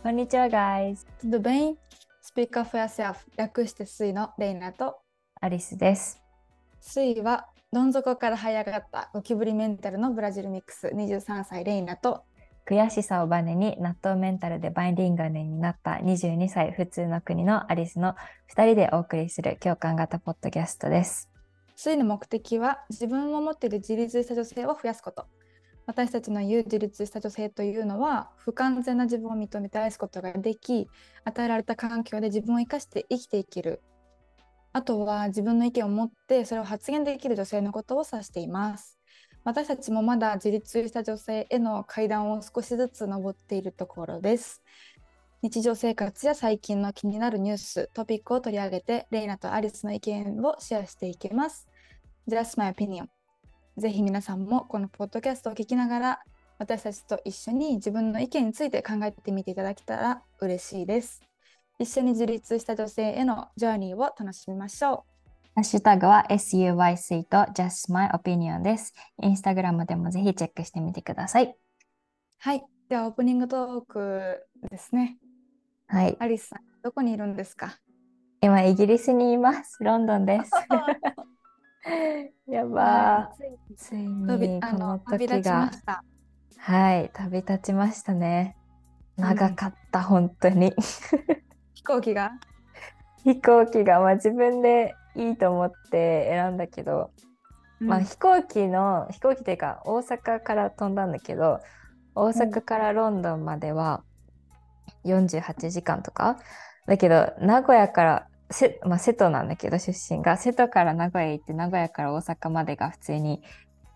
こんにちは、guys。 Tudo bem? Speak of yourself 略してスイのレイナと、 アリスです。 スイはどん底から這い上がったゴキブリメンタルのブラジルミックス23歳レイナと、 悔しさをバネに納豆メンタルでバイリンガルになった22歳普通の国のアリスの2人でお送りする共感型ポッドキャストです。 スイの目的は自分を持っている自立した女性を増やすこと。私たちの言う自立した女性というのは、不完全な自分を認めて愛すことができ、与えられた環境で自分を生かして生きていける。あとは自分の意見を持ってそれを発言できる女性のことを指しています。私たちもまだ自立した女性への階段を少しずつ登っているところです。日常生活や最近の気になるニュース、トピックを取り上げて、レイナとアリスの意見をシェアしていきます。Just my opinion。ぜひ皆さんもこのポッドキャストを聞きながら、私たちと一緒に自分の意見について考えてみていただけたら嬉しいです。一緒に自立した女性へのジャーニーを楽しみましょう。 ハッシュタグは SUYC と Just My Opinion です。インスタグラムでもぜひチェックしてみてください。 はい。ではオープニングトークですね。 はい。 アリスさん、どこにいるんですか？ 今、イギリスにいます。ロンドンです。やはい。 ばー。ついにこの旅立ちま時が、 した。 はい、旅立ちましたね。長うん。 かった、本当に。 飛行機が。 飛行機が、自分でいいと思って選んだけど、 うん。 飛行機というか大阪から飛んだんだけど、大阪からロンドンまでは48時間とかだけど、名古屋から瀬戸なんだけど、出身が瀬戸から名古屋行って、名古屋から大阪までが普通に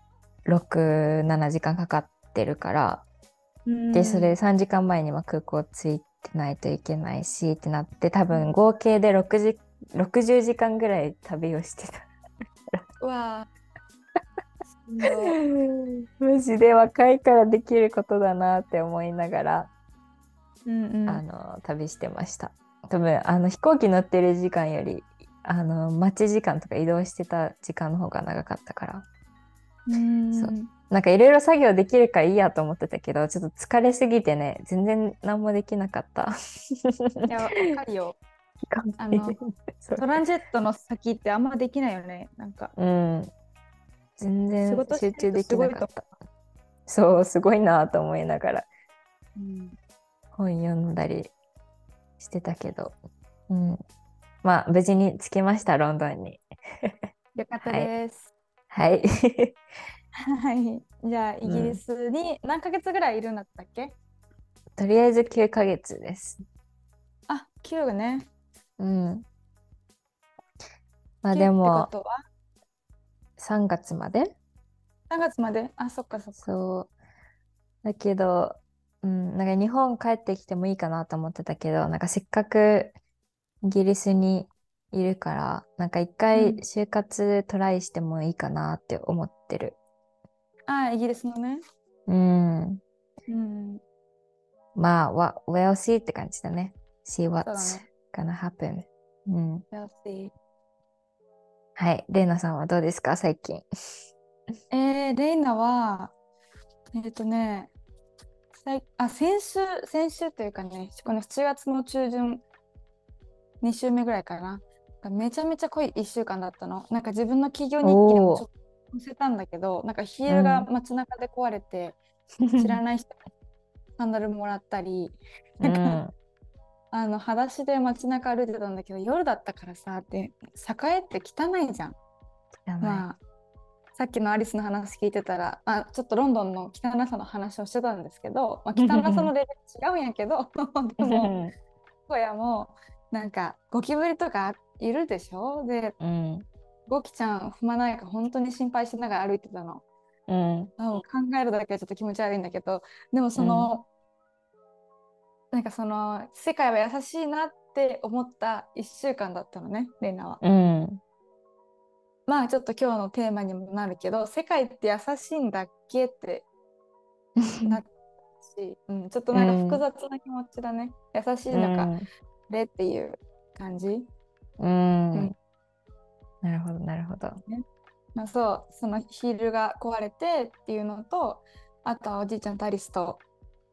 6、7時間かかってるから、 うでそれん。 3時間前には空港着いてないといけないしってなって、多分合計で60時間ぐらい旅をしてた。 うわー、しんど。 マジで若いからできることだなって思いながらうんうん。 旅してました。多分飛行機乗ってる時間より待ち時間とか移動してた時間の方が長かったから、 うそう、 ん。 なんかいろいろ作業できるからいいやと思ってたけど、ちょっと疲れすぎてね、全然何もできなかった。 いや、わかるよ。あの、 そう、 トランジェットの先ってあんまできないよね。 うん、全仕然事してると集中できすごいとなかった。そう、すごいなと思いながら思う。うん。 本読んだりしてたけど、うん、無事に着きました、ロンドンに。 よかったはい。 です。 はい。 はい。じゃあ、イギリうん。 スに何ヶ月ぐらいいるんだったっけ？ とりあえず9ヶ月です。 あ、9がね。 うん。 9ってこでも、 とは 3月まで。 3月まで。あ、そっかそっか。 そう。だけど、うん、なんか日本帰ってきてもいいかなと思ってたけど、なんかせっかくイギリスにいるから、なんか一回うん。 就活トライしてもいいかなって思ってる。 あ、イギリスのね。 うん。 うん。 we'll see って感じだね。see そうだ what's ね。 gonna happen。うん。 We'll see。 はい。レイナさんはどうですか、最近。 レイナは、えっとね、先週というかね、この7月の中旬、2週目ぐらいかな。めちゃめちゃ濃い1週間だったの。なんか自分の企業お日記にもちょっお。 と載せたんだけど、なんかヒールがうん。 街中で壊れて、知らない人にサンダルもらったり、なんかうん。 裸足で街中歩いてたんだけど、夜だったからさ、で、栄って汚いじゃん。 じゃない。 まあ、さっきのアリスの話聞いてたら、ちょっとロンドンの汚さの話をしてたんですけど、汚さのレベル違うんやけど、でも、小屋もなんかゴキブリとかいるでしょ？で、 うん。 ゴキちゃん踏まないか本当に心配しながら歩いてたの。 うん。 考えるだけでちょっと気持ち悪いんだけど、でもうん。 なんか世界は優しいなって思った1週間だったのね、レイナは。 うん。 まあちょっと今日のテーマにもなるけど、世界って優しいんだっけってなったし、ちょっとなんか複うん。 雑な気持ちだね。優しいのか、 うん。 れっていう感じ。 うん。 うん。 なるほど、なるほど。 ね。そう、そのヒールが壊れてっていうのと、あとはおじいちゃんとアリスと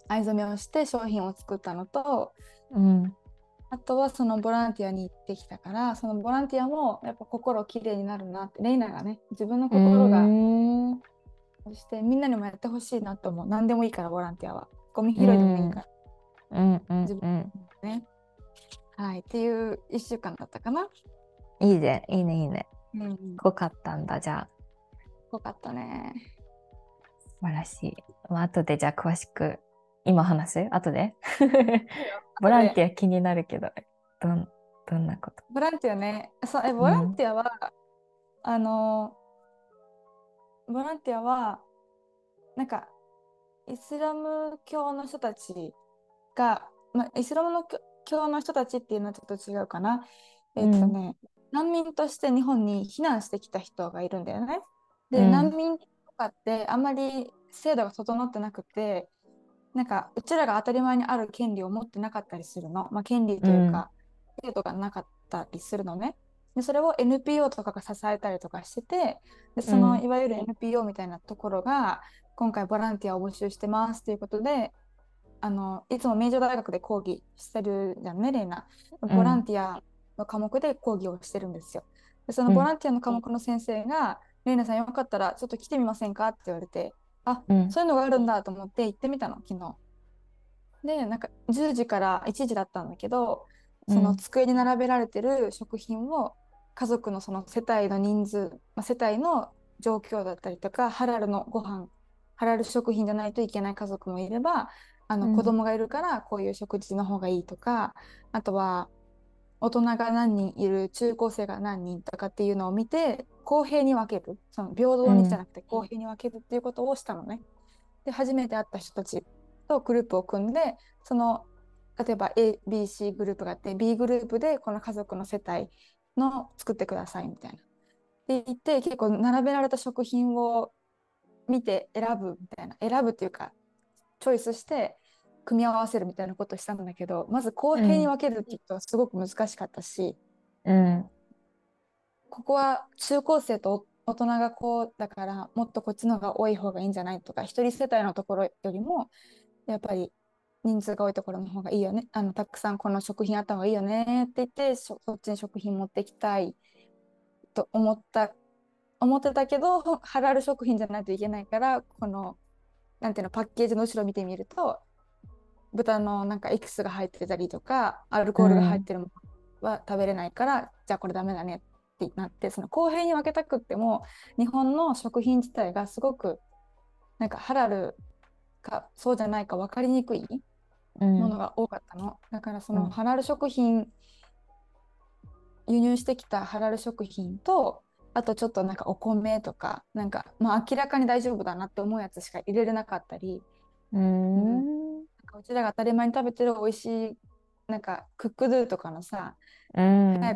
藍染めをして商品を作ったのと、 うん。 あとはそのボランティアに行ってきたから、そのボランティアもやっぱ心きれいになるなって、レイナがね、自分のうー心が、 ん。うん。 そしてみんなにもやってほしいなと思う。何でもいいから、ボランティアは。ゴミ拾いでもいいから、 うん。うん。 自分うん。 ね。はい、っていう1週間だったかな。 いいね。いいね。いいね。 うん、 濃かったんだ。じゃあ、 よかったね。 素晴らしい。まあ、後でじゃあ詳しく、今話す後でいいよ。 ボラン後で、 ティア気になるけど、どん、どんなこと？ ボランティアね、ボランうん。 ティアは、あの、ボランティアは、なんか、イスラム教の人たちが、イスラムの教の人たちっていうのはちょっと違うかな。 うん。 難民として日本に避難してきた人がいるんだよね。で、難うん。 民とかってあんまり制度が整ってなくて、なんかうちらが当たり前にある権利を持ってなかったりするの。権利うん。 というか、制度がなかったりするのね。で、それを NPO とかが支えたりとかしてて、で、そのうん。 いわゆる NPO みたいなところが、今回ボランティアを募集してますということで、いつも名城大学で講義してるじゃんね、レイナ。ボランうん。 ティアの科目で講義をしてるんですよ。で、そのうん。 ボランティアの科目の先生が、レイナさんよかったらちょっと来てみませんかって言われて、あ、 うん。 そういうのがあるんだと思って行ってみたの、昨日。で、なんか10時から1時だったんだけど、そのうん。 机に並べられてる食品を家族のその世帯の人数、世帯の状況だったりとか、ハラルのご飯、ハラル食品じゃないといけない家族もいれば、子うん。 供がいるからこういう食事の方がいいとか、あとは大人が何人いる、中高生が何人とかっていうのを見て、公平に分ける、その平等にじゃなくて公平に分けるっていうことをしたのね。で、初めて会った人たちとグループを組んで、その、例えば A、B、C グループがあって、B グループでこの家族の世帯の作ってくださいみたいな。で言って、結構並べられた食品を見て選ぶみたいな、選ぶっていうか、チョイスして組み合わせるみたいなことをしたんだけど、まず公平にうん。 分けるっていうことはすごく難しかったし、 うん。 ここは中高生と大人がこうだからもっとこっちの方が多い方がいいんじゃないとか、一人世帯のところよりもやっぱり人数が多いところの方がいいよね、たくさんこの食品あった方がいいよねって言って、そっちに食品持ってきたいと思ってたけど、ハラル食品じゃないといけないから、このなんていうの、パッケージの後ろ見てみると、豚のなんかエキスが入ってたりとかアルコールが入っうん。 てるものは食べれないから、じゃあこれダメだねってなって、その公平に分けたくっても日本の食品自体がすごくなんかハラルかそうじゃないか分かりにくいものうん。 が多かったの。だからそうん。 のハラル食品、輸入してきたハラル食品と、あとちょっとなんかお米とか、なんか明らかに大丈夫だなって思うやつしか入れれなかったり、 ううん、なんん。 かうちらが当たり前に食べてる美味しい、なんかクックドゥとかのさ、 うん。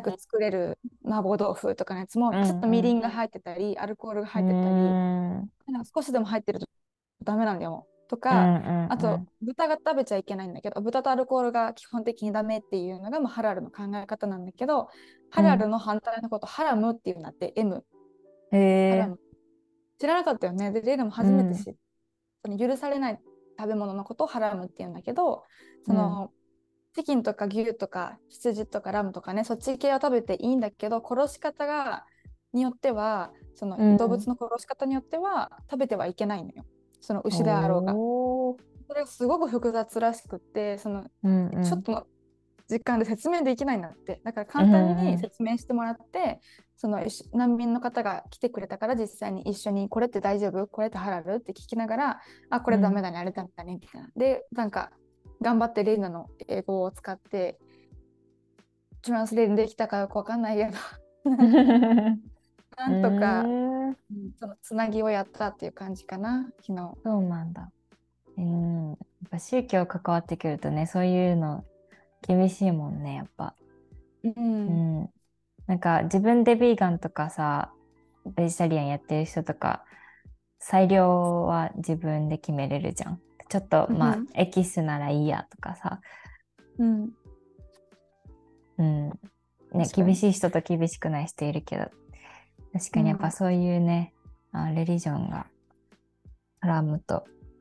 早く作れる麻婆豆腐とかのやつも、ちょっとみりんが入ってたり、アルコールがう入ってたり、 ん。 なんか少しでも入ってるとダメなんだよ。とうん。 か、あと、 うん。 豚が食べちゃいけないんだけど、豚とアルコールが基本的にダメっていうのが、ハラルの考え方なんだけど、ハラルうん。 の反対のこと、ハラムっていうんだって、M、 へえ。 ハラム。知らなかったよね。で、レイナもうん。 初めて知って、その許されない食べ物のことをハラムっていうんだけど、そうん。 の、チキンとか牛とか羊とかラムとかね、そっち系は食べていいんだけど、殺し方によっては、その動物うん。 の殺し方によっては食べてはいけないのよ。その牛であろうが。 おー。 それがすごく複雑らしくって、 うん。うん。 ちょっとの時間で説明できないんだって。だからう簡単にん。 説明してもらって、その難民の方が来てくれたから実際に一緒にこれって大丈夫これってハラルって聞きながら、あ、こうん。 れダメだね、あれダメだね、みたいな。で、なんか頑張ってレイナの英語を使ってトランスレートできたかよくわかんないけど、 うなんとか、 ん。 そのつなぎをやったっていう感じかな、昨日。 そうなんだ。うん。やっぱ宗教関わってくるとね、そういうの厳しいもんね、やっぱ。 うん。 うん。なんか自分でビーガンとかさ、ベジタリアンやってる人とか、裁量は自分で決めれるじゃん。ちょっとまあ、 うん。 エキスならいいやとかさ、 うん。 うん。ね、 確かに。 厳しい人と厳しくない人いるけど、確かにやっぱうん。 そういうね、レリジョンが絡むと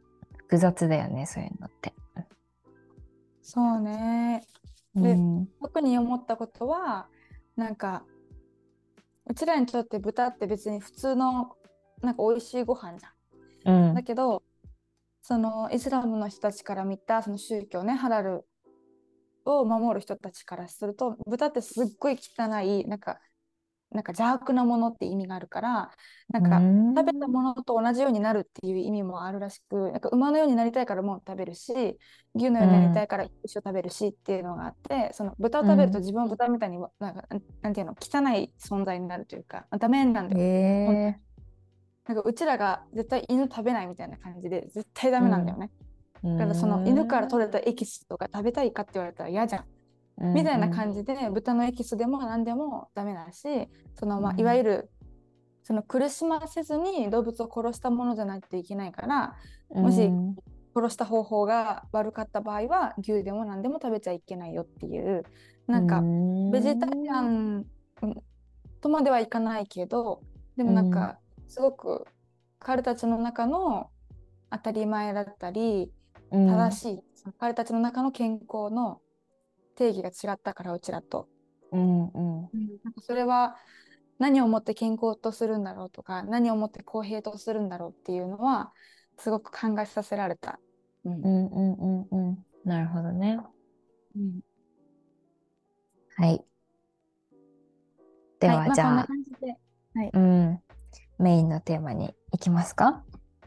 複雑だよね、そういうのって。 そうね。で、 うん。 特に思ったことは、なんかうちらにとって豚って別に普通のなんか美味しいご飯じゃん。 うん。 だけど、そのイスラムの人たちから見たその宗教ね、ハラルを守る人たちからすると、豚ってすっごい汚い、なんか邪悪なものって意味があるから、なんうか食べたん。 ものと同じようになるっていう意味もあるらしく、なんか馬のようになりたいからもう食べるし、牛のようになりたうん。 いから一緒食べるしっていうのがあって、その豚を食べるとうん。 自分は豚みたいになんていうの、汚い存在になるというか、ダメなんだよ。 ええなんかうちらが絶対犬食べないみたいな感じで絶対ダうん。 メなんだよね。 うだからその犬からん。 取れたエキスとか食べたいかって言われたら嫌じゃん。 うん。 みたいなうん。 感じで豚のエキスでも何でもダメだし、そのまあいわうん。 ゆるその苦しませずに動物を殺したものじゃないといけないから、 うもしん。 殺した方法が悪かった場合は牛でも何でも食べちゃいけないよっていう、 うなんかベジタリアん。 ンとまではいかないけど、でもなんうん。 かすごく彼たちの中の当たり前だったりうん。 正しい、その彼たちの中の健康の定義が違ったから、うちらと。 うん。うん。 なんかそれは何をもって健康とするんだろうとか、何をもって公平とするんだろうっていうのはすごく考えさせられた。うん。 うん。うん。うん。うん。なるほどね。 うん、 はい。ではい、 は、 まあこんなじゃあ、 感じで。はい。 うん。メインのテーマに行きますか？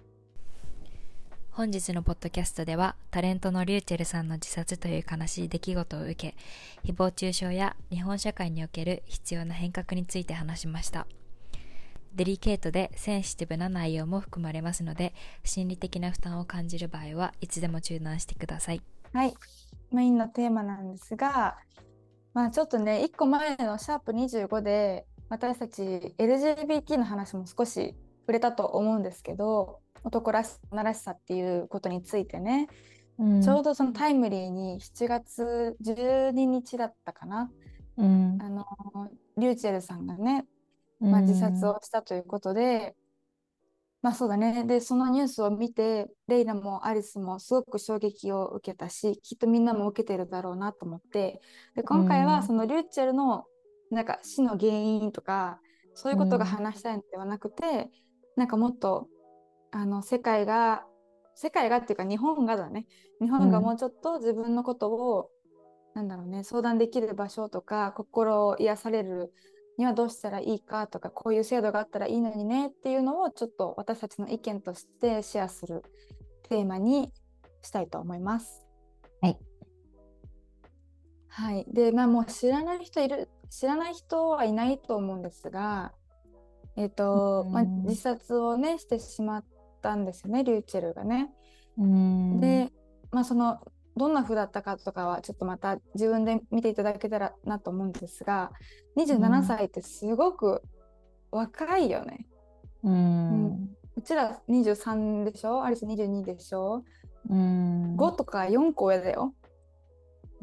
本日のポッドキャストではタレントのリューチェルさんの自殺という悲しい出来事を受け、誹謗中傷や日本社会における必要な変革について話しました。デリケートでセンシティブな内容も含まれますので、心理的な負担を感じる場合はいつでも中断してください。 はい。メインのテーマなんですが、まあちょっとね、1個前のシャープ25で私たち LGBT の話も少し触れたと思うんですけど、男らしさ、女らしさっていうことについてね、 うん。 ちょうどそのタイムリーに7月12日だったかな、 うん。 あのリューチェルさんがね、 うまあ、自殺ん。 をしたということで、まあそうだね。で、そのニュースを見て、レイラもアリスもすごく衝撃を受けたし、きっとみんなも受けてるだろうなと思って、で、 う今回はそん。 のリューチェルのなんか死の原因とか、そういうことがうん。 話したいのではなくて、なんかもっと、世界がっていうか日本がだね、日うん。 本がもうちょっと自分のことをなんだろうね、相談できる場所とか、心を癒されるにはどうしたらいいかとか、こういう制度があったらいいのにねっていうのをちょっと私たちの意見としてシェアするテーマにしたいと思います。 はい。 はい。で、まあもう知らない人はいないと思うんですが、 うまあ、自ん。 殺をね、してしまったんですよね、リューチェルがね。 うん。 で、まあその、どんな風だったかとかはちょっとまた自分で見ていただけたらなと思うんですが、27 うん。 歳ってすごく若いよね。 ううん、 ん。 うちら23でしょ、アリス22でしょ、 うん。 5とか4個上だよ。 うん。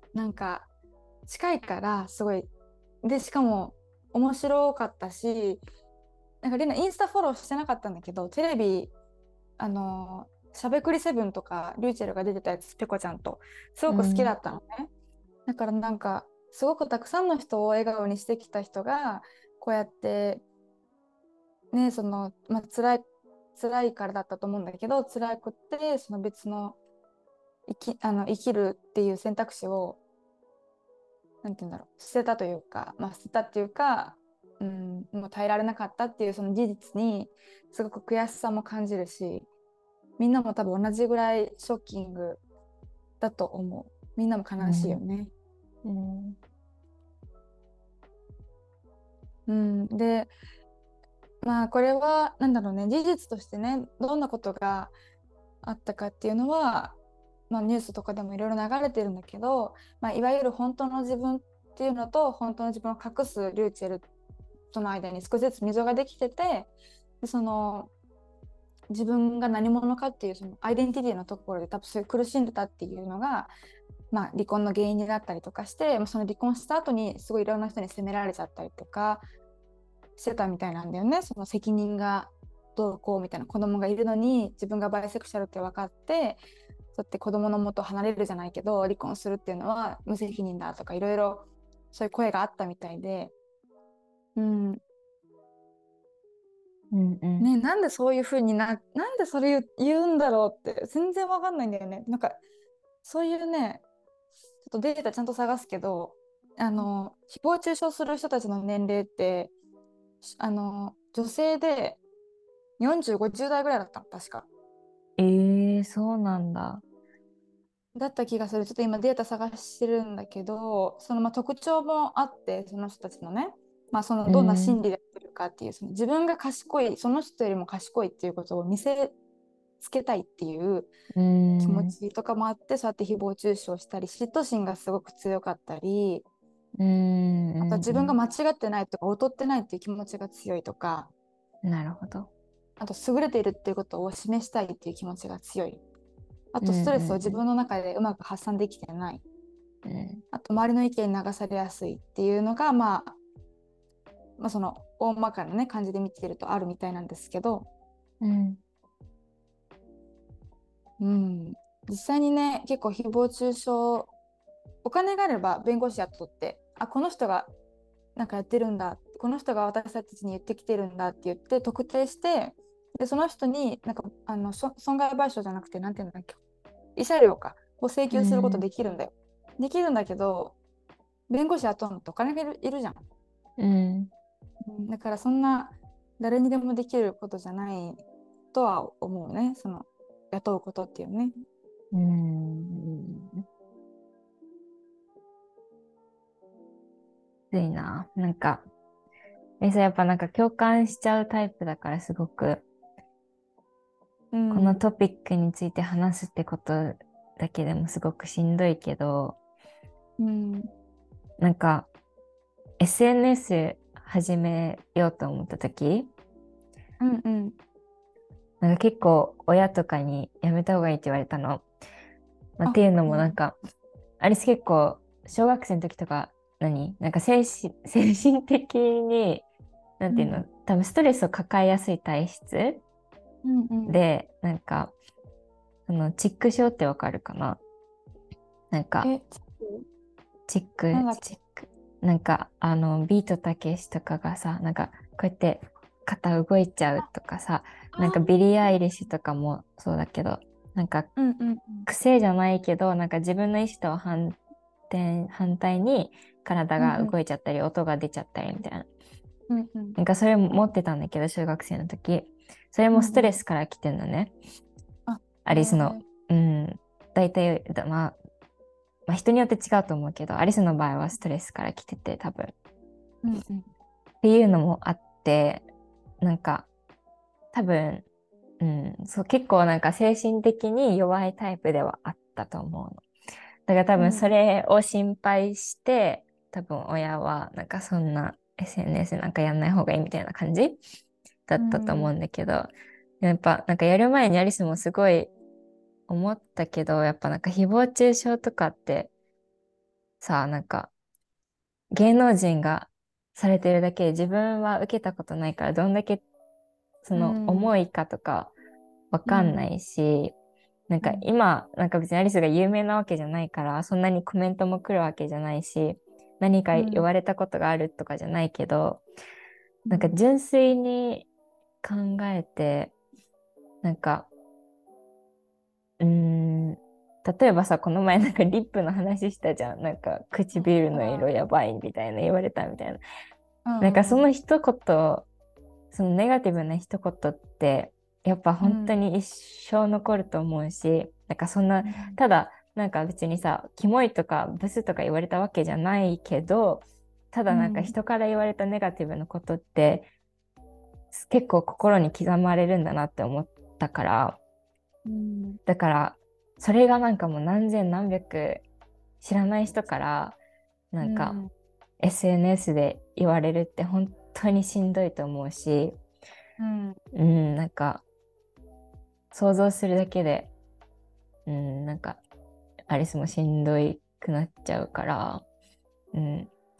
なんか近いからすごい。で、しかも面白かったし、なんかリナインスタフォローしてなかったんだけど、テレビ、しゃべくり7とか、リューチェルが出てたやつ、ペコちゃんと、すごく好きだうん。 ったのね。だからなんか、すごくたくさんの人を笑顔にしてきた人が、こうやって、ね、まあ、辛いからだったと思うんだけど、辛くて、その別の生きるっていう選択肢を、なんて言うんだろう、捨てたというか、まあ、捨てたっていうか、うん、もう耐えられなかったっていうその事実に、すごく悔しさも感じるし、みんなも多分同じぐらいショッキングだと思う。みんなも悲しいよね。 うん。 うん、で、まあこれはなんだろうね、事実としてね、どんなことがあったかっていうのは、まあ、ニュースとかでもいろいろ流れてるんだけど、まあ、いわゆる本当の自分っていうのと本当の自分を隠すリューチェルとの間に少しずつ溝ができてて、でその自分が何者かっていうそのアイデンティティのところで多分そういう苦しんでたっていうのが、まあ、離婚の原因になったりとかして、その離婚した後にすごいいろんな人に責められちゃったりとかしてたみたいなんだよね。その責任が不登校みたいな子供がいるのに、自分がバイセクシャルって分かって、そうやって子供の元を離れるじゃないけど離婚するっていうのは無責任だとかいろいろそういう声があったみたいで、ね、なんでそういう風になんでそれ言うんだろうって全然わかんないんだよね。なんかそういうね、ちょっとデータちゃんと探すけど、誹謗中傷する人たちの年齢って女性で40、50代ぐらいだったの確か。 そうなんだ。 だった気がする。ちょっと今データ探してるんだけど、その特徴もあって、その人たちのね、そのどんな心理でやってるかっていう、その自分が賢い、その人よりも賢いっていうことを見せつけたいっていう気持ちとかもあって、そうやって誹謗中傷したり、嫉妬心がすごく強かったり、あと自分が間違ってないとか劣ってないっていう気持ちが強いとか、 なるほど。 あと優れているっていうことを示したいっていう気持ちが強い。あとストレスを自分の中でうまく発散できてない。あと周りの意見に流されやすいっていうのが、その大まかな、ね、感じで見てるとあるみたいなんですけど、実際にね、結構誹謗中傷、お金があれば弁護士雇って、この人がなんかやってるんだ、この人が私たちに言ってきてるんだって言って特定して、でその人になんか損害賠償じゃなくて、なんていうんだっけ、慰謝料かを請求することできるんだよ。できるんだけど、弁護士雇うのってお金がいるじゃん。だからそんな誰にでもできることじゃないとは思うね、その雇うことっていうね。 ついな。なんか、やっぱなんか共感しちゃうタイプだからすごく、このトピックについて話すってことだけでもすごくしんどいけど、なんか SNS 始めようと思った時、なんか結構親とかにやめた方がいいって言われたの。っていうのもなんか、アリス結構小学生の時とかなんか精神的になんていうの、多分ストレスを抱えやすい体質、で、なんかチック症ってわかるかな。なんかチックなんかビートたけしとかがさ、なんかこうやって肩動いちゃうとかさ、なんかビリー・アイリッシュとかもそうだけど、なんか癖じゃないけど、なんか自分の意思とは反対に体が動いちゃったり、音が出ちゃったりみたいな。なんかそれ持ってたんだけど、小学生の時。それもストレスから来てんのね。アリスの。大体、人によって違うと思うけど、アリスの場合はストレスから来てて、多分。っていうのもあって、なんか、多分、そう、結構なんか精神的に弱いタイプではあったと思うの。だから多分それを心配して、多分親はなんかそんな SNS なんかやんない方がいいみたいな感じだったと思うんだけど、やっぱなんかやる前にアリスもすごい思ったけど、やっぱなんか誹謗中傷とかってさ、なんか芸能人がされてるだけで自分は受けたことないからどんだけその重いかとかわかんないし、なんか今、なんか別にアリスが有名なわけじゃないから、そんなにコメントも来るわけじゃないし、何か言われたことがあるとかじゃないけど、なんか純粋に考えて、なんか、例えばさ、この前なんかリップの話したじゃん。なんか唇の色やばいみたいな言われたみたいな。なんかその一言、そのネガティブな一言って、やっぱ本当に一生残ると思うし、なんかそんな、ただなんか別にさ、キモいとかブスとか言われたわけじゃないけど、ただなんか人から言われたネガティブなことって結構心に刻まれるんだなって思ったから、だからそれがなんかもう何千何百知らない人からなんか SNS で言われるって本当にしんどいと思うし、なんか想像するだけで、なんかアリスもしんどいくなっちゃうから、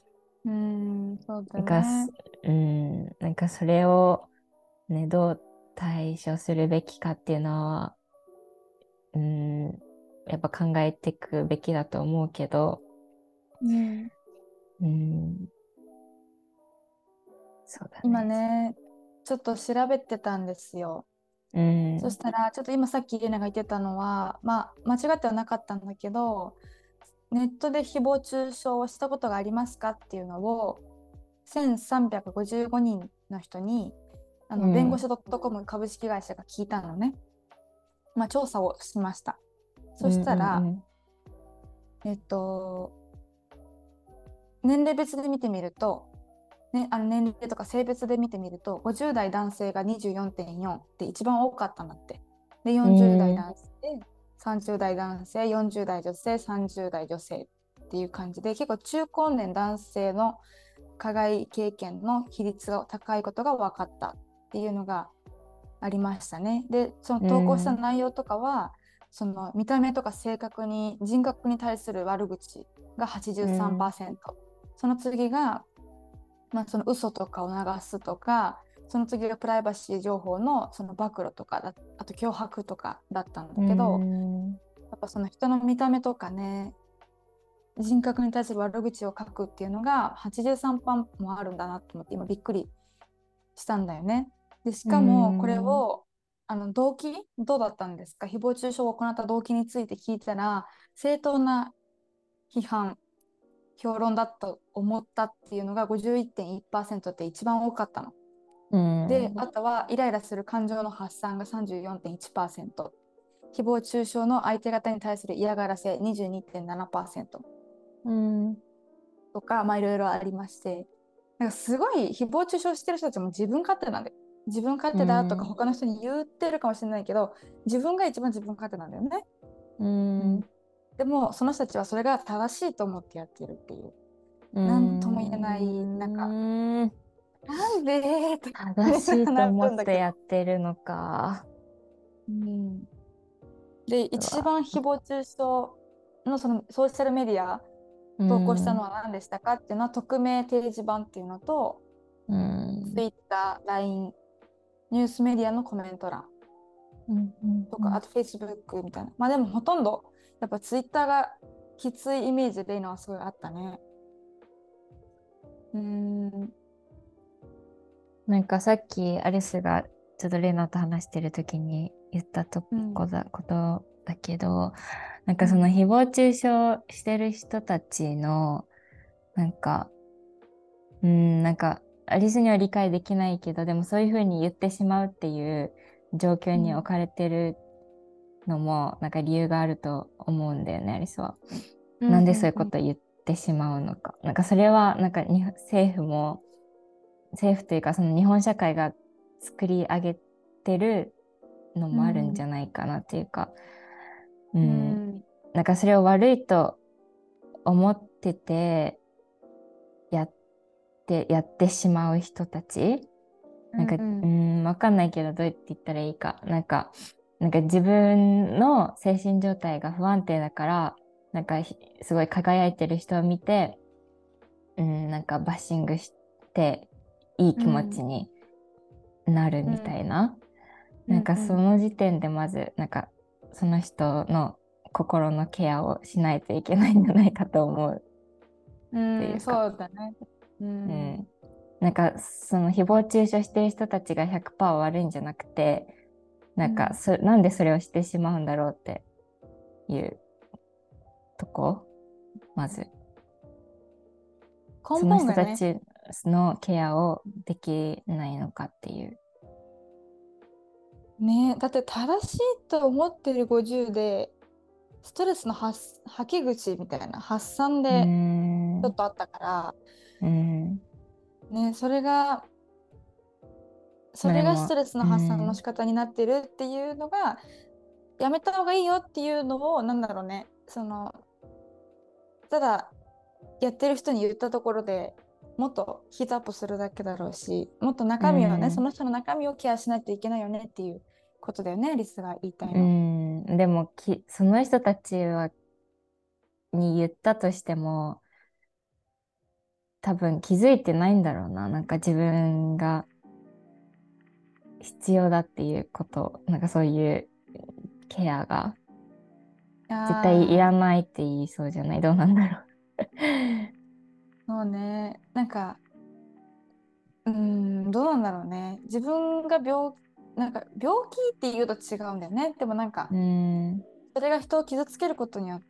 そうだね。 なんかそれをね、どう対処するべきかっていうのは、やっぱ考えていくべきだと思うけど、 うん、 うん、そうだ今ね。 ね、ちょっと調べてたんですよ。 うん、 そしたら、ちょっと今さっきイレナが言ってたのは、まあ、間違ってはなかったんだけど、ネットで誹謗中傷をしたことがありますかっていうのを、1355人の人に、弁護士 .com 株式会社が聞いたのね。まあ、調査をしました。そしたら、えっと、年齢別で見てみると、ね、年齢とか性別で見てみると、50代男性が24.4で一番多かったんだって。で、40代男性、30代男性、40代女性、30代女性っていう感じで、結構中高年男性の加害経験の比率が高いことが分かったっていうのがありましたね。で、その投稿した内容とかは、その見た目とか性格に、人格に対する悪口が83%、その次がまあ、その嘘とかを流すとか、その次がプライバシー情報のその暴露とかあと脅迫とかだったんだけど、やっぱその人の見た目とかね、人格に対する悪口を書くっていうのが83%もあるんだなと思って今びっくりしたんだよね。でしかもこれを動機どうだったんですか、誹謗中傷を行った動機について聞いたら、正当な批判評論だと思ったっていうのが51.1%って一番多かったの。で、あとはイライラする感情の発散が34.1%、誹謗中傷の相手方に対する嫌がらせ22.7%、とか、まあいろいろありまして、なんかすごい誹謗中傷してる人たちも自分勝手なんで、自分勝手だとか他の人に言ってるかもしれないけど、自分が一番自分勝手なんだよね。でもその人たちはそれが正しいと思ってやってるっていう、なんとも言えない、なんか、なんでって正しいとな思ってるんだけど。 やってるのか。 で、一番誹謗中傷のそのソーシャルメディア投稿したのは何でしたかっていうのは、匿名掲示板っていうのと、Twitter、LINE、ニュースメディアのコメント欄とか、あと Facebook みたいな。まあでもほとんど、やっぱ Twitter がきついイメージでいいのはすごいあったね。 なんかさっきアリスがちょっとレナと話してる時に言ったことだけど、なんかその誹謗中傷してる人たちの、なんか、なんかアリスには理解できないけど、でもそういうふうに言ってしまうっていう状況に置かれてるのも、なんか理由があると思うんだよね、アリスは。なんでそういうこと言ってしまうのか。なんかそれは、なんか政府というかその日本社会が作り上げてるのもあるんじゃないかなっていうか、なんかそれを悪いと思っててやってしまう人たち、なんか、わかんないけどどうやって言ったらいいか。なんか自分の精神状態が不安定だから、なんかすごい輝いてる人を見て、なんかバッシングしていい気持ちになるみたいな。なんかその時点でまず、なんかその人の心のケアをしないといけないんじゃないかと思うっていうか。 そうだね。 なんかその誹謗中傷してる人たちが100%悪いんじゃなくて、なんかなんでそれをしてしまうんだろうっていうとこ、まず。 根その本がね、 人たちのケアをできないのかっていう。 ね、だって正しいと思ってる50で、ストレスの吐き口みたいな発散でちょっとあったから、ね、それがスまあでも、 トレスの発散の仕方になってるっていうのが、やめた方がいいよっていうのを、なんだろうね、ただやってる人に言ったところでもっとヒートアップするだけだろうし、もっと中身をね、その人の中身をケアしないといけないよねっていうことだよね、リスが言いたいの。 でもその人たちに言ったとしても、多分気づいてないんだろうな。なんか自分が必要だっていうこと、なんかそういうケアが絶対いらああ、 ないって言いそうじゃない？どうなんだろう。 そうね。なんか、どうなんだろうね。自分がなんか病気って言うと違うんだよね。でもなんか、 うーん、 それが人を傷つけることによって、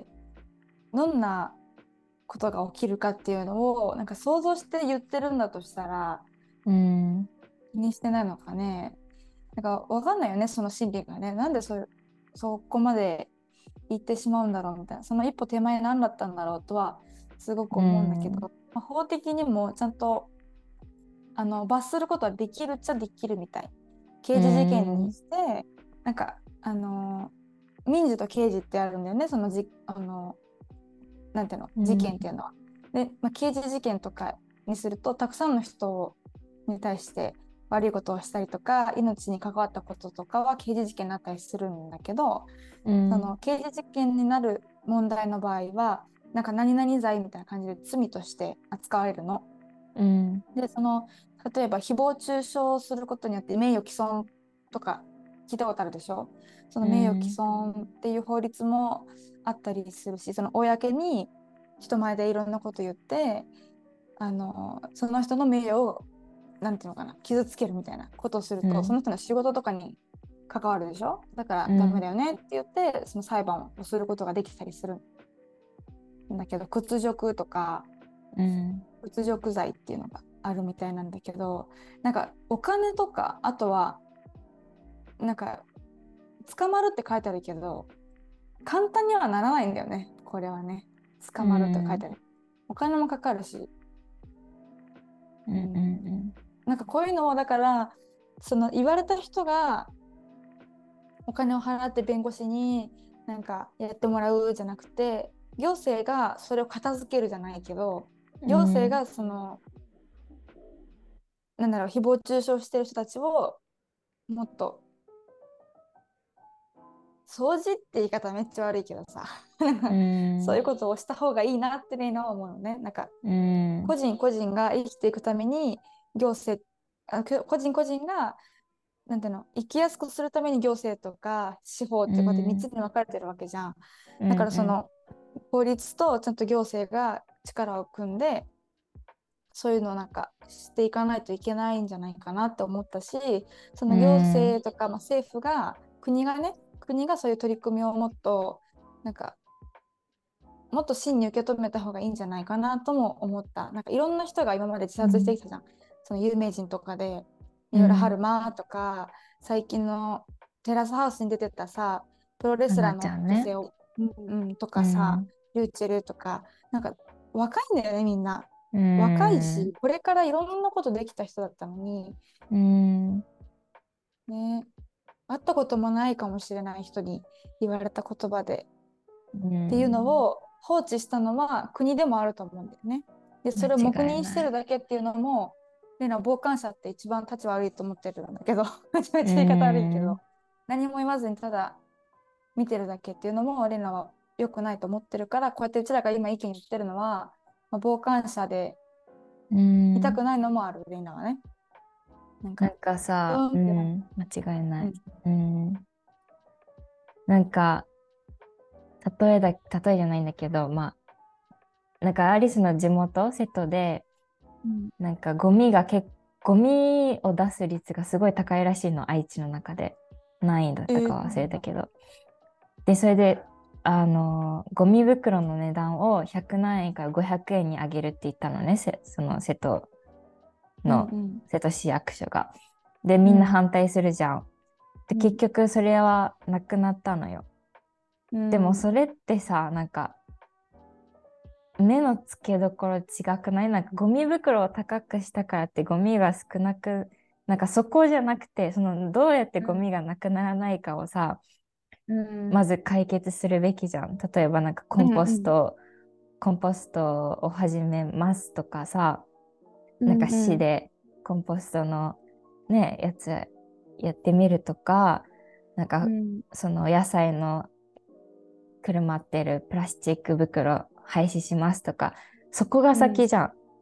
どんなことが起きるかっていうのを、なんか想像して言ってるんだとしたら、 うーん、 気にしてないのかね。なんかわかんないよね、その心理がね。なんでそこまで言ってしまうんだろうみたいな。その一歩手前何だったんだろうとはすごくうー思うんだけん、 ど、まあ、法的にもちゃんと罰することはできるっちゃできるみたい。 うー刑事事件にん、 して、なんか民事と刑事ってあるんだよね、そのなんていうの、事うん、 件っていうのは。で、まあ、刑事事件とかにすると、たくさんの人に対して悪いことをしたりとか、命に関わったこととかは刑事事件になったりするんだけど、 うん、 その刑事事件になる問題の場合は、なんか何々罪みたいな感じで罪として扱われるの。 うん、 で、例えば誹謗中傷をすることによって名誉毀損とか聞いたことあるでしょ？その名誉毀うん、 損っていう法律もあったりするし、その公に人前でいろんなこと言って、その人の名誉を、なんていうのかな、傷つけるみたいなことをすると、そうん、 の人の仕事とかに関わるでしょ？だからダメうん、 だよねって言って、その裁判をすることができたりするんだけど、屈辱とか、 うん、 屈辱罪っていうのがあるみたいなんだけど、なんかお金とか、あとはなんか捕まるって書いてあるけど、簡単にはならないんだよね、これはね。 う捕まるって書いん、 てある。お金もかかるし、 うん、ううん、 ん、 なんかこういうのをだから、その言われた人がお金を払って弁護士になんかやってもらうじゃなくて、行政がそれを片付けるじゃないけど、行政がなんだろう、誹謗中傷してる人たちをもっと掃除って言い方めっちゃ悪いけどさ、 うそういうん、 ことをした方がいいなっていうのは思うのね。なんかうん、 個人個人が生きていくために行政個人個人がなんていうの、生きやすくするために行政とか司法っうてこうやって3 ん、 つに分かれてるわけじゃん。だかうん、うん、 らその法律とちゃんと行政が力を組んで、そういうのをなんかしていかないといけないんじゃないかなって思ったし、そうの行ん、 政とか、まあ、政府が国がそういう取り組みをもっとなんかもっと真に受け止めた方がいいんじゃないかなとも思った。なんかいろんな人が今まで自殺してきたじゃん。その有名人とかで、三浦春馬とか、最近のテラスハウスに出てたさ、プロレスラー花ちゃのんね。 女性を、とかさ、 うん、 リューチェルとか、なんか若いんだよね、みんな。 う若いん、 し、これからいろんなことできた人だったのに、 うん、 ね、会ったこともないかもしれない人に言われた言葉で、 うっていうのん、 を放置したのは国でもあると思うんだよね。で、そ間れを黙認してる違いない。 だけっていうのも、レナ傍観者って一番立ち悪いと思ってるんだけど、めちゃめうちゃ言い方悪いけど、 ん、 何も言わずにただ見てるだけっていうのもレナは良くないと思ってるから、こうやってうちらが今意見言ってるのは、まあ、傍観者でうん。 いたくないのもある、レナはね。なんか、 なんかさ、うってなる。 ん、間違いない。 うん。 うん、なんか、例えじゃないんだけど、まあ、なんかアリスの地元、瀬戸で、 うん。 なんかゴミを出す率がすごい高いらしいの、愛知の中で。何位だったか忘そうなんだ。 れたけど。で、それで、ゴミ袋の値段を100何円から500円に上げるって言ったのね、そのうんの、 うん。 瀬戸市役所が。で、みんなうん。 反対するじゃん。で、結うん。 局それはなくなったのよ。 うでもん。 それってさ、なんか、目の付けどころ違くない？なんかゴミ袋を高くしたからってゴミが少なく、なんかそこじゃなくて、どうやってゴミがなくならないかをさ、 うん。 まず解決するべきじゃん。例えばなんかうんうん。 コンポストを始めますとかさ、 うなんかんうん。 市でコンポストのね、やつやってみるとか、なんかうんその野菜のくるまってるプラスチック袋廃止しますとか、そこがうん先じゃん。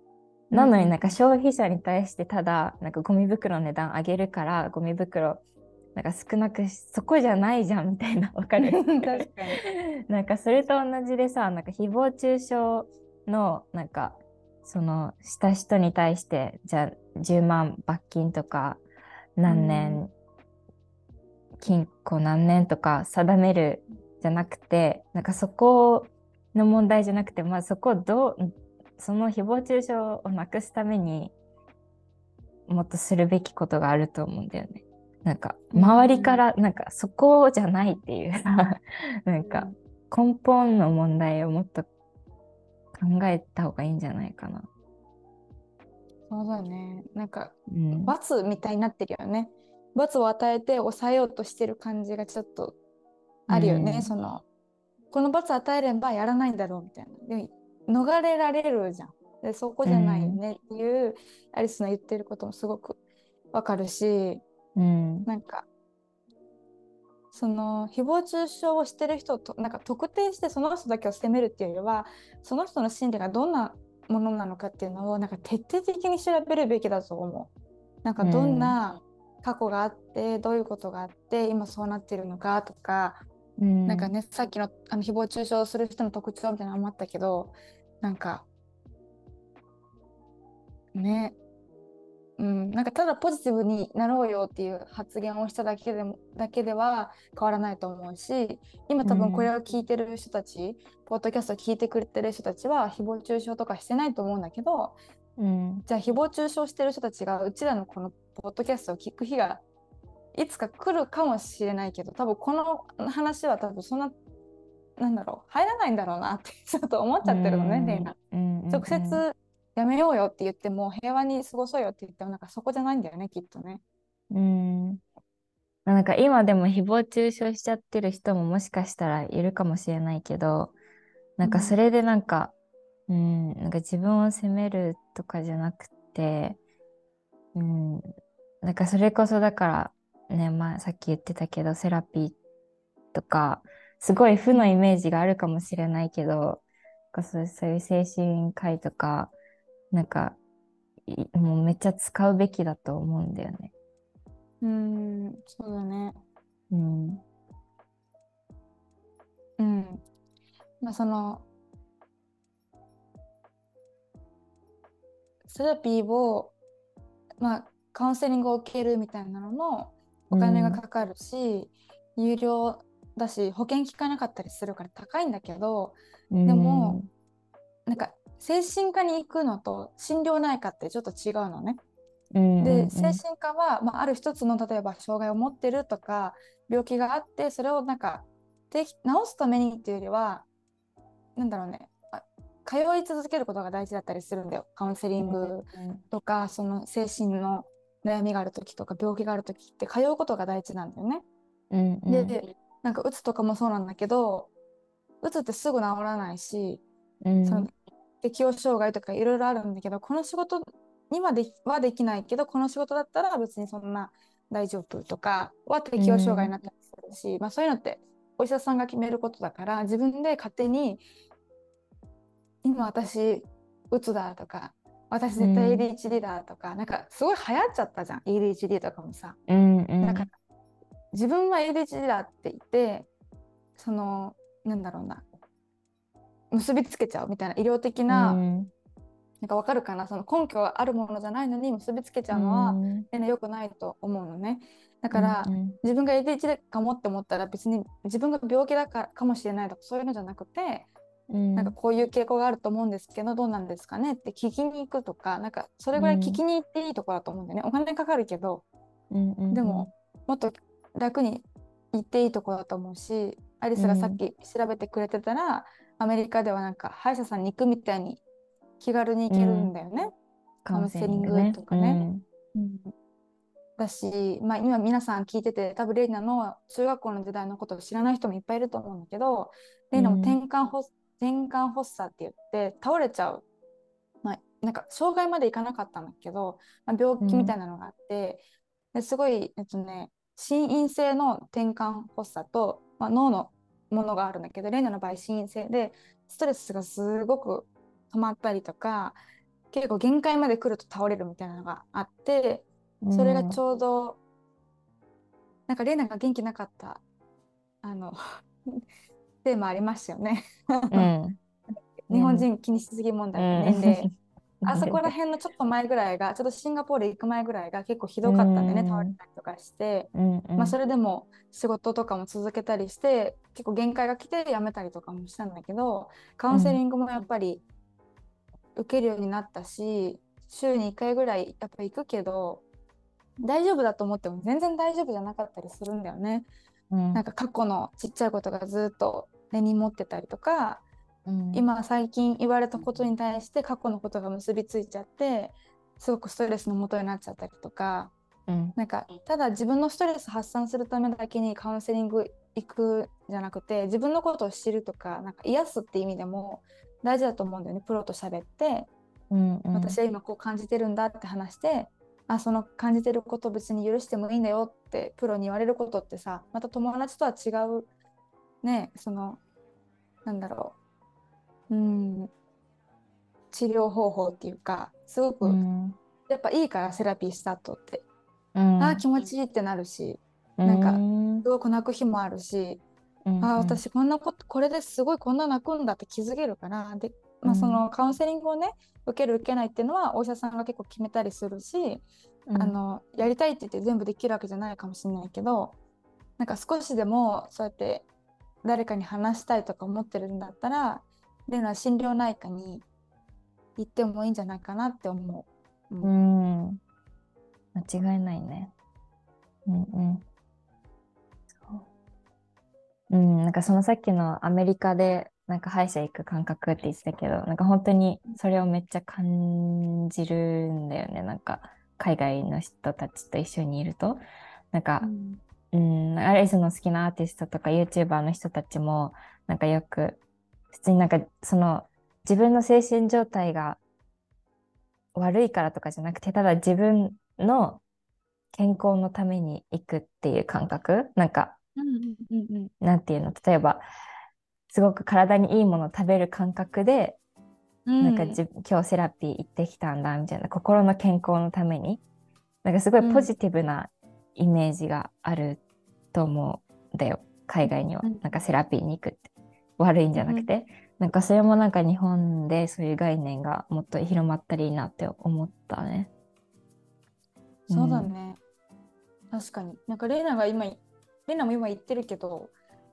なのになんか消費者に対してただなんかゴミ袋の値段上げるからゴミ袋なんか少なくそこじゃないじゃんみたいな、わかる？ 確かに。 なんかそれと同じでさ、なんか誹謗中傷のなんかそのした人に対してじゃあ10万罰金とか何年禁錮何年とか定めるじゃなくて、なんかそこの問題じゃなくて、まあそこをその誹謗中傷をなくすためにもっとするべきことがあると思うんだよね。なんか周りからなんかそこじゃないっていうさ、なんか根本の問題をもっと考えた方がいいんじゃないかな。 そうだね。なんか、 うん、 罰みたいになってるよね。罰を与えて抑えようとしてる感じがちょっとあるよね。 うん、 この罰与えればやらないんだろうみたいな。でも逃れられるじゃん。で、そこうじゃないよん、 ねっていうアリスの言ってることもすごくわかるし、 うん、 なんか、その誹謗中傷をしてる人となんか特定してその人だけを責めるっていうよりは、その人の心理がどんなものなのかっていうのをなんか徹底的に調べるべきだと思う。なんかどんうん、 な過去があってどういうことがあって今そうなってるのかとか、 うん、 なんかね、さっきの誹謗中傷する人の特徴みたいなのもあったけど、なんかね、なんかただポジティブになろうよっていう発言をしただけでは変わらないと思うし、今多分これを聞いてる人たち、ポッドキャストを聞いてくれてる人たちは誹謗中傷とかしてないと思うんだけど、 うん、 じゃあ誹謗中傷してる人たちがうちらのこのポッドキャストを聞く日がいつか来るかもしれないけど、多分この話は多分そんな、なんだろう、入らないんだろうなってちょっと思っちうゃってるのね、レイん、 ナ。 うん、 直うん、 接やめようよって言っても平和に過ごそうよって言ってもなんかそこじゃないんだよね、きっとね。 うん。なんか今でも誹謗中傷しちゃってる人ももしかしたらいるかもしれないけど、なんかそれでなんか、なんか自分を責めるとかじゃなくて、うん、なんかそれこそだからね、まあさっき言ってたけど、セラピーとか、すごい負のイメージがあるかもしれないけど、そういう精神科医とか、なんか、もうめっちゃ使うべきだと思うんだよね。 そうだね。 うん。 うん。まあそのセラピーをまあカウンセリングを受けるみたいなのもお金がうん。 かかるし、有料だし保険効かなかったりするから高いんだけど、 うでもん。 なんか精神科に行くのと心療内科ってちょっと違うのね。 うん。 で、 うん。 精神科は、まあ、ある一つの例えば障害を持ってるとか病気があってそれをなんか治すためにっていうよりはなんだろうね、通い続けることが大事だったりするんだよ。カウンセリングとかその精神の悩みがある時とか病気がある時って通うことが大事なんだよね。 うん。うん。 で、なんかうつとかもそうなんだけど、うつってすぐ治らないし、そのうん。 適応障害とかいろいろあるんだけど、この仕事にはできないけどこの仕事だったら別にそんな大丈夫とかはう適応障害にん。 なったりするし、まあ、そういうのってお医者さんが決めることだから自分で勝手に今私うつだとか私絶対うん。 ADHD だとかなんかすごい流行っちゃったじゃん ADHD とかもさ。 うん。 なんか自分は ADHD だって言ってそのなんだろうな結びつけちゃうみたいな医療的うなん。 なんかわかるかな、その根拠があるものじゃないのに結びつけちゃううのはん。 良くないと思うのね。だうん。 からうん。 自分が ADHD かもって思ったら別に自分が病気だからかもしれないとかそういうのじゃなくて、なんかこういう傾向があると思うんですけどどうなんですかねって聞きに行くとか、なんかそれぐらい聞きに行っていいところだと思うんだよね。お金かかるけどうん。うん。 でももっと楽に行っていいところだと思うし、アリスがさっうん。 き調べてくれてたらアメリカではなんか歯医者さんに行くみたいに気軽に行けるんうん。 だよね。カウンカウンセセリングリングね。 とかね。 うん。 うん、だし、まあ、今皆さん聞いてて多分レイナの中学校の時代のことを知らない人もいっぱいいると思うんだけど、レイナもうん。 転換発作って言って倒れちゃう、まあ、なんか障害までいかなかったんだけど、まあ、病気みたいなのがあってですごい、心因性の転換発作と、まあ、脳のものがあるんだけどレイナの場合心因性でストレスがすごく止まったりとか結構限界まで来ると倒れるみたいなのがあって、それがちょうどなんかレイナが元気なかったあのテーマありましたよね。 うん。 日本人気にしすぎ問う題って年齢。 ん。 あそこら辺のちょっと前ぐらいが、ちょっとシンガポール行く前ぐらいが結構ひうどかったんでね、倒れん。 たりとかして、 うん。うまあ、 ん。 それでも仕事とかも続けたりして、結構限界が来て辞めたりとかもしたんだけど、カウンセリングもやっぱり受けるようになったし、週に1回ぐらいやっぱ行くけど、大丈夫だと思っても全然大丈夫じゃなかったりするんだよね。 うん。 なんか過去のちっちゃいことがずっと根に持ってたりとか、 うん。 今最近言われたことに対して過去のことが結びついちゃってすごくストレスの元になっちゃったりとか、 うん。 なんかただ自分のストレス発散するためだけにカウンセリング行くじゃなくて、自分のことを知るとか、なんか癒すって意味でも大事だと思うんだよね。プロと喋って、 うん。うん。 私は今こう感じてるんだって話して、あ、その感じてること別に許してもいいんだよってプロに言われることってさ、また友達とは違うね、そのなんだろう、治療方法っていうか、すごくうん。 やっぱいいからセラピーした後って、 うん。 あー気持ちいいってなるし、 うなんかん。 すごく泣く日もあるし、 うん。 あー私こんなこと、これですごいこんな泣くんだって気づけるから、で、まあ、そうん。 のカウンセリングをね、受ける受けないっていうのはお医者さんが結構決めたりするし、 うん。 やりたいって言って全部できるわけじゃないかもしれないけど、なんか少しでもそうやって誰かに話したいとか思ってるんだったら、では心療内科に行ってもいいんじゃないかなって思う。 うん。間違いないね。うん。うん。うん、なんかそのさっきのアメリカでなんか歯医者行く感覚って言ってたけど、なんか本当にそれをめっちゃ感じるんだよね。なんか海外の人たちと一緒にいると。なんか、 うん、 うん、アレスの好きなアーティストとか YouTuber の人たちも、なんかよく、普通になんかその自分の精神状態が悪いからとかじゃなくて、ただ自分の健康のために行くっていう感覚。なんか、 うんうんうんなんていうの、例えば、すごく体にいいものを食べる感覚で、なんかうん今日セラピー行ってきたんだみたいな、心の健康のために、なんかすごいうんポジティブなイメージがあると思うんだよ、海外には。 うんなんかセラピーに行くって。悪いんじゃなくて。なんかそれもなんか日本でそういう概念がもっと広まったらいいなって思ったね。うそうだん。 ね。確かに。なんかレイナも今言ってるけど、 うん。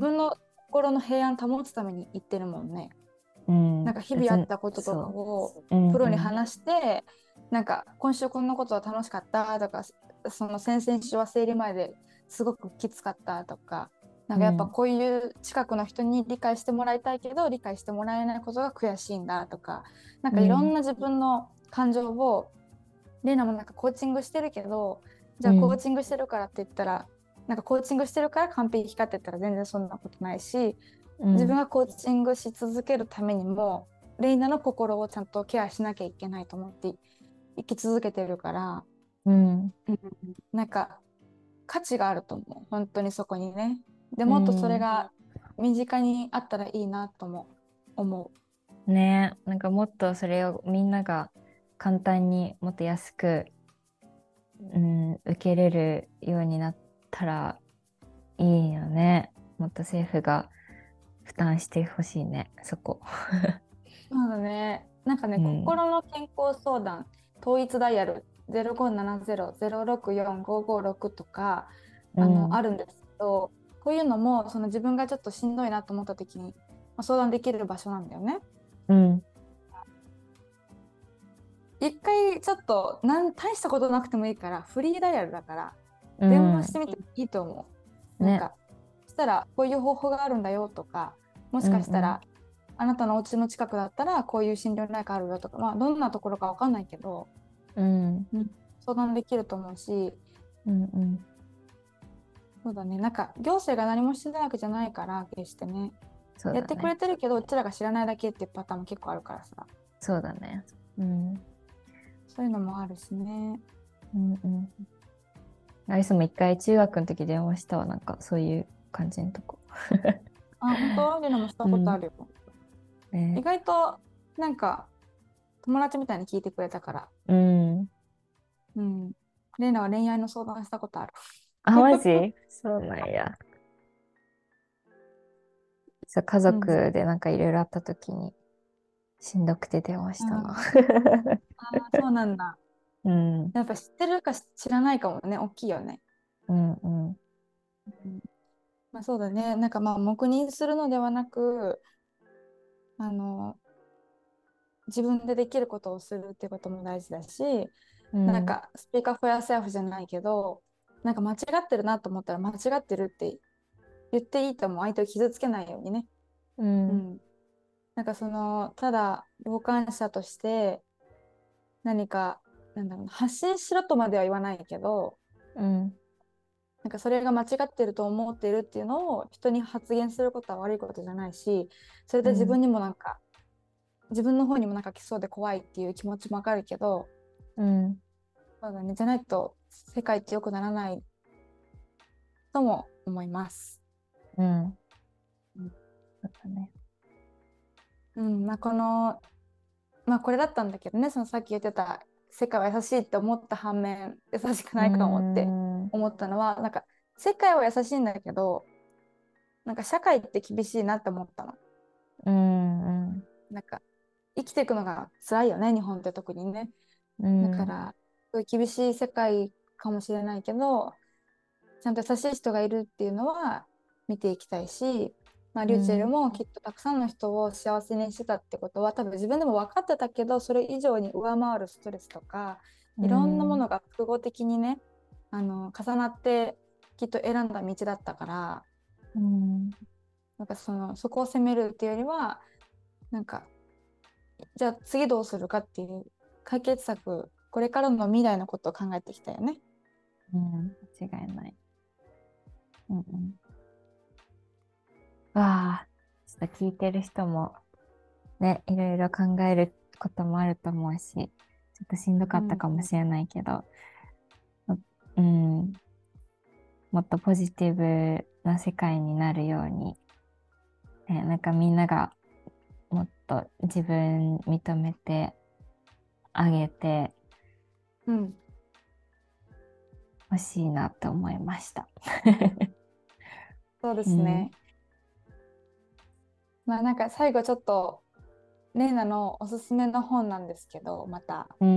自分の心の平安保つために言ってるもんね。 うん。 なんか日々あったこととかそをう。うんプロうん。 に話して、なんか今週こんなことは楽しかったとか、その先々週は生理前ですごくきつかったとか、なんかやっぱうん。 こういう近くの人に理解してもらいたいけど理解してもらえないことが悔しいんだとか、なんかいろんうん。 な自分の感情をレイナもなんかコーチングしてるけど、じゃあコーうん。 チングしてるからって言ったら、なんかコーチングしてるから完璧かって言ったら全然そんなことないし、自分うん。 がコーチングし続けるためにもレイナの心をちゃんとケアしなきゃいけないと思って生き続けてるから、 うん。 うん、なんか価値があると思う、本当にそこにね。でうもっとそれん。 が身近にあったらいいなとも思ねえ、なんかもっとそれをみんなが簡単にもっと安く、うん、受けれるようになったらいいよね。もっと政府が負担してほしいね、そこ。 う。そうだね。なんかね、 うん。 心の健康相談統一ダイヤル0570-064-556とかうん。 あるんですけど、こういうのもその自分がちょっとしんどいなと思った時に、相談できる場所なんだよね。 うん。 一回ちょっと大したことなくてもいいからフリーダイヤルだからう電話してん。 みてもいいと思う。なんね。 かしたらこういう方法があるんだよとか、もしうんうん。 かしたらあなたのお家の近くだったらこういう心療内科あるよとか、まあどんなところかわかんないけど、 うん。 うん、相談できると思うし、 うんうん。 そうだね、なんか行政が何もしてないわけじゃないから決してね、やってくそうだね。 れてるけどうちらが知らないだけっていうパターンも結構あるからさ、 そうだね。うん。 そういうのもあるしね。 うんうん。アリスも一回中学の時電話したわ、なんかそういう感じのとこ。 あ、本当リナもしたうん。 ことあるよ。意ね。 外となんか友達みたいに聞いてくれたから。 うん。 うん。レイナは恋愛の相談したことある。 あ、マジそうなんや。そう、家うん。 族でなんかいろいろあった時にしんどくて電話したな。 そうなんだ。 うん。 やっぱ知ってるか知らないかもね、大きいよね。 うんうん。 うん、まあそうだね。なんかまあ黙認するのではなく、あの、自分でできることをするっていうことも大事だし、なんうん。 かスピーカーフォアセルフじゃないけど、なんか間違ってるなと思ったら間違ってるって言っていいと思う。相手を傷つけないようにね。 うん。 うん。なんかただ傍観者として何か、なんだろうな、発信しろとまでは言わないけど、 うん。 なんかそれが間違ってると思っているっていうのを人に発言することは悪いことじゃないし、それで自分にもなんか、自分の方にもなんか来そうで怖いっていう気持ちもわかるけど、 うん。 そうだね、じゃないと世界って良くならないとも思います。 うん。 うん、 そうだね。 まあこれだったんだけどね、そのさっき言ってた世界は優しいって思った反面優しくうないかもってん。 思ったのは、なんか世界は優しいんだけど、なんか社会って厳しいなって思ったの。 うん。うん。 なんか生きていくのが辛いよね、日本って特にね。 うん。 だからすごい厳しい世界かもしれないけど、ちゃんと優しい人がいるっていうのは見ていきたいし、まあ、リューチェルもきっとたくさんの人を幸せにしてたってことは多分自分でも分かってたけど、それ以上に上回るストレスとかういろんなもん。 のが複合的にね、重なってきっと選んだ道だったから、 うん。 なんかそこを責めるっていうよりは、なんかじゃあ次どうするかっていう解決策、これからの未来のことを考えてきたよね。 うん。間違いない。うんうん。わあ、ちょっと聞いてる人もね、いろいろ考えることもあると思うし、ちょっとしんどかったうん、 かもしれないけど、うん、もっとポジティブな世界になるように、なんかみんながもっと自分認めてあげてうん、 ほしいなと思いました。 そうでうん、 すね。まあなんか最後ちょっとレイナのおすすめの本なんですけど、また、 うん、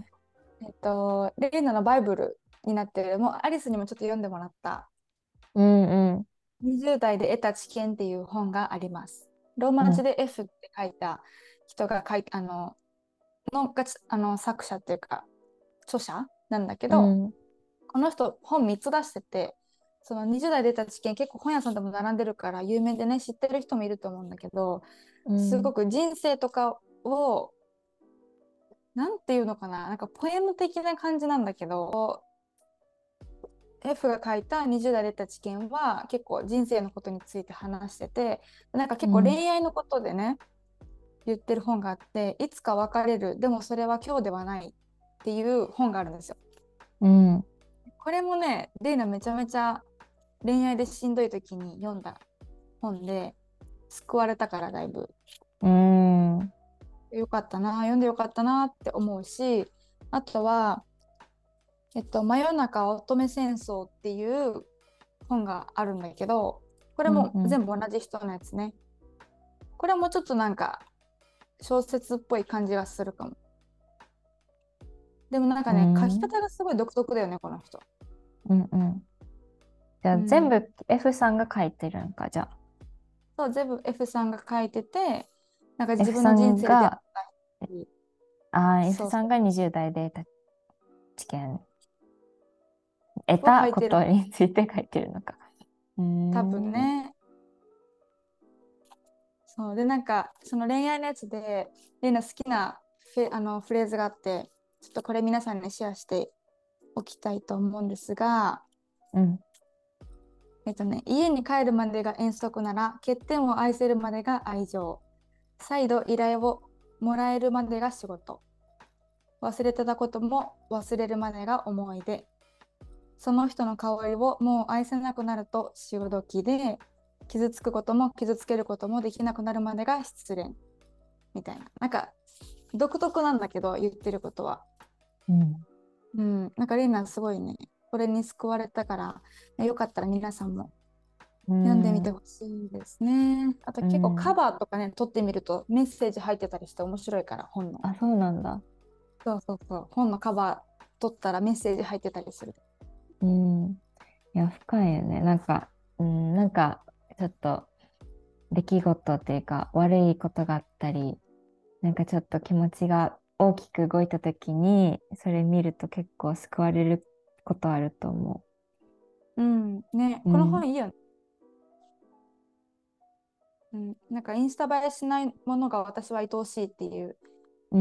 レイナのバイブルになってる、もうアリスにもちょっと読んでもらったうん、うん、 20代で得た知見っていう本があります。ローうん、 マ字で F って書いた人が書いた、作者っていうか、著者なんだけど、 うん、 この人本3つ出してて、その20代で出た知見結構本屋さんでも並んでるから有名でね、知ってる人もいると思うんだけど、 うん、 すごく人生とかをなんていうのかな、なんかポエム的な感じなんだけど、F が書いた20代で得た知見は結構人生のことについて話してて、なんか結構うん、 恋愛のことでね、言ってる本があって、いつか別れる、でもそれは今日ではないっていう本があるんですよ。 うん、 これもね、レイナめちゃめちゃ恋愛でしんどい時に読んだ本で、救われたからだいぶ。 うん、 よかったな、読んでよかったなって思うし、あとは、真夜中乙女戦争っていう本があるんだけど、これうん、 も全部同じ人のやつね。これもちょっとなんか小説っぽい感じがするかも。でもなんかね、書きうん、 方がすごい独特だよね、この人。 うん、うん。じゃうん。 あ全部 F さんが書いてるんか、じゃあ。 そう、全部 F さんが書いてて、なんか自 F 分のさ人生であっんが、 たり、 F そうそさんが20代で得た知見、得う、を書たこいてる。 とについて書いてるのか。うー多分ん。 ね。そうで、なんかその恋愛のやつで、レイナ好きなフレーズがあって、ちょっとこれ皆さんにシェアしておきたいと思うんですが、 うん。 家に帰るまでが遠足なら、欠点を愛せるまでが愛情。再度依頼をもらえるまでが仕事。忘れてたことも忘れるまでが思い出。その人の香りをもう愛せなくなると潮時で、傷つくことも傷つけることもできなくなるまでが失恋。みたいな。なんか、 独特なんだけど言ってることは。 うんなんかリーナすごいね、これに救われたから、よかったら皆さんもう読んでみんてほしいですね。あとう結構カん。 バーとかね、撮ってみるとメッセージ入ってたりして面白いから、本の。 あ、そうなんだ。 そうそうそう、本のカバー撮ったらメッセージ入ってたりする。 うん。いや、深いよね。なんか、なんか、ちょっと、出来事っていうか、悪いことがあったり、なんかちょっと気持ちが大きく動いたときに、それ見ると結構救われることあると思ね、 う。うこのん。 本いいよね。なんかインスタ映えしないものが私は愛おしいっていううん。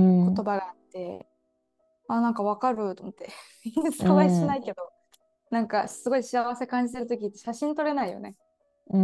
言葉があって、なんかわかると思って。インスうタ映えしなん。 いけど、なんかすごい幸せ感じてる時って写真撮れないよね。 うん。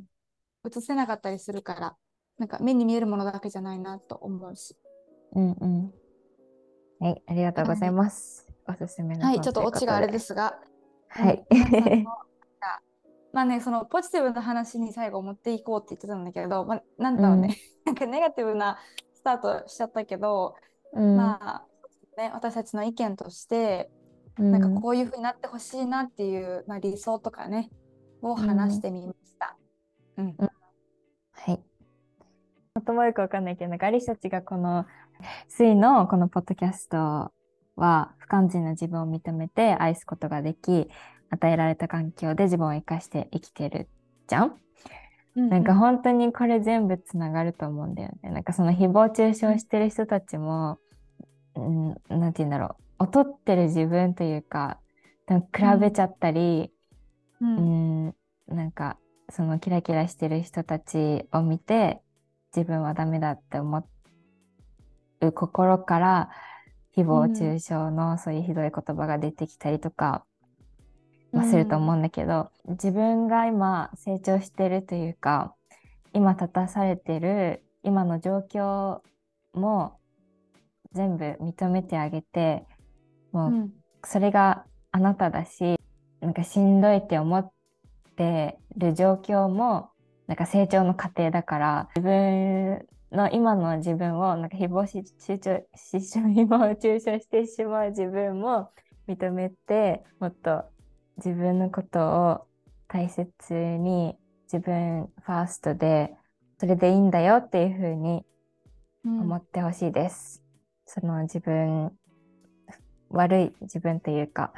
写せなかったりするから、なんか目に見えるものだけじゃないなと思うし。 うん。うん。はい、ありがとうございはい、 ます。おすすめのはい、ちょっ本というとオチがあれことで。 ですが、 はい。 皆さんの、まあね、そのポジティブな話に最後持っていこうって言ってたんだけど、なんだろうね、 うん。 なんかネガティブなスタートしちゃったけど、 うん。 まあ、ね、私たちの意見として、なんかうん。 こういう風になってほしいなっていう、理想とかね、をうん。 話してみました。うん。 うん。はい。まともよくわかんないけど、なんかアリスたちがこのスイのこのポッドキャストは不完全な自分を認めて愛すことができ、与えられた環境で自分を生かして生きてるじゃん。なんかうんうん本当にこれ全部つながると思うんだよね。なんかその誹謗中傷してる人たちも、なんて言うんだろう。劣ってる自分というか、比うんべちゃったり、 うんなんかそのキラキラしてる人たちを見て、自分はダメだって思う心から誹謗うん中傷のそういうひどい言葉が出てきたりとか、 うすると思んうんだけど、自分が今成長してるというか、今立たされてる今の状況も全部認めてあげて、もうんうそれがあなただし、なんかしんどいって思ってる状況もなんか成長の過程だから、自分の今の自分をなんか誹謗中傷してしまう自分も認めて、もっと自分のことを大切に、自分ファーストでそれでいいんだよっていうふうにうん思ってほしいです。その自分、悪い自分というか、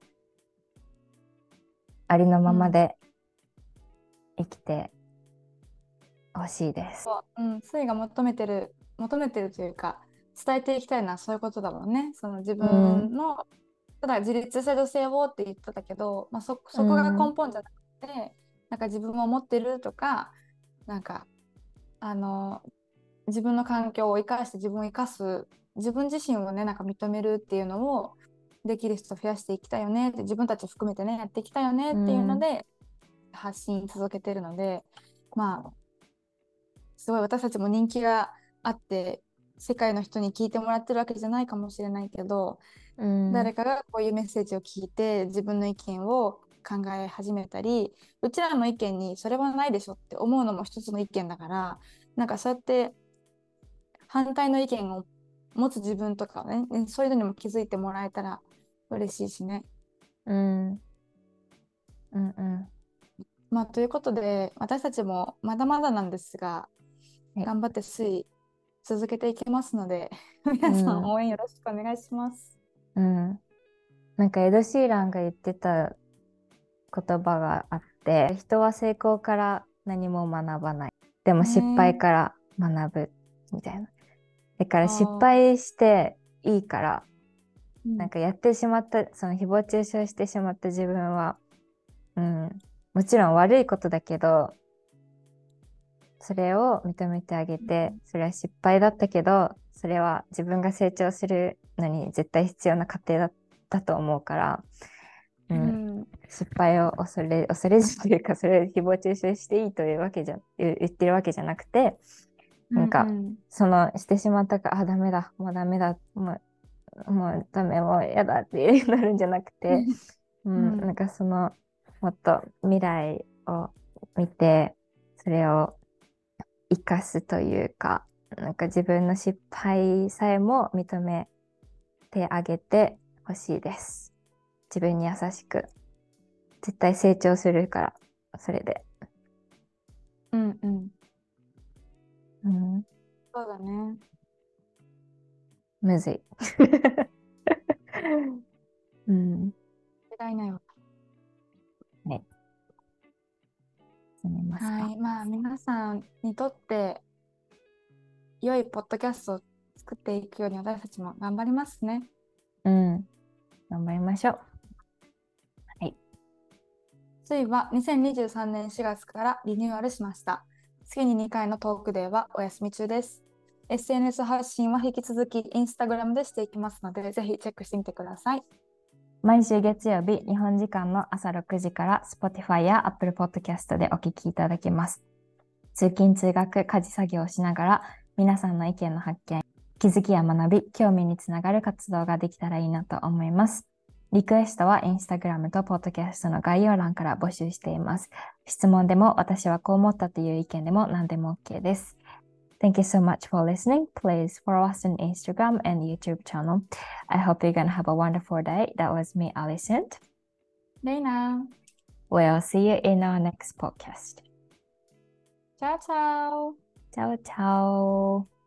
ありのままで生きてほしいです。 スイが求めてるというか、伝えていきたいのはそういうことだもんね。その自うん、 分の、ただ自立した女性をって言ってたけど、 うそこが根ん、 本じゃなくて、なんか自分を持ってるとか、なんか、あの、自分の環境を生かして自分を生かす、自分自身をね、なんか認めるっていうのをできる人増やしていきたいよねって、自分たち含めてね、やっていきたいよねっていうのうん、 で発信続けてるので、まあ、すごい私たちも人気があって世界の人に聞いてもらってるわけじゃないかもしれないけど、 うん、 誰かがこういうメッセージを聞いて自分の意見を考え始めたり、うちらの意見にそれはないでしょって思うのも一つの意見だから、なんかそうやって反対の意見を持つ自分とかね、そういうのにも気づいてもらえたら嬉しいしね。 うん、うん、うん。 ということで私たちもまだまだなんですがはい。 頑張って続けていきますので、皆さんうん、 応援よろしくお願いします。 うん。なんかエド・シーランが言ってた言葉があって、人は成功から何も学ばない。でも失敗ねから学ぶみたいな。だから失あー敗していいから、 うんなんかやってしまった、その誹謗中傷してしまった自分は、もちろん悪いことだけど、それを認めてあげて、それは失敗だったけど、それは自分が成長するのに絶対必要な過程だったと思うから、 うん失敗を恐れずというか、それを誹謗中傷していいというわけ言ってるわけじゃなくて、 うなんか、 んしてしまったから、ダメだ、もうダメだ、もうダメ、もう嫌だってなるんじゃなくて、なんかもっと未来を見て、それを生かすというか、 なんか自分の失敗さえも認めてあげてほしいです。自分に優しく。絶対成長するから、それで。 うんうん。 うん、 そうだね。 むずい。うん。 違いないわ。 ね。読めますか？ はい。まあ皆さんにとって良いポッドキャストを作っていくように私たちも頑張りますね。 うん。頑張りましょう。はい。 ついは2023年4月からリニューアルしました。月に2回のトークデーはお休み中です。SNS 発信は引き続きインスタグラムでしていきますので、ぜひチェックしてみてください。 毎週月曜日、日本時間の朝6時から Spotify や Apple Podcast でお聞きいただけます。通勤・通学、家事作業をしながら、皆さんの意見の発見、気づきや学び、興味につながる活動ができたらいいなと思います。リクエストはインスタグラムとポッドキャストの概要欄から募集しています。質問でも私はこう思ったという意見でも何でも OK です。Thank you so much for listening. Please follow us on Instagram and YouTube channel. I hope you're gonna have a wonderful day. That was me, Alicent. レイナ、 We'll see you in our next podcast. チャオチャオ。 Ciao, ciao.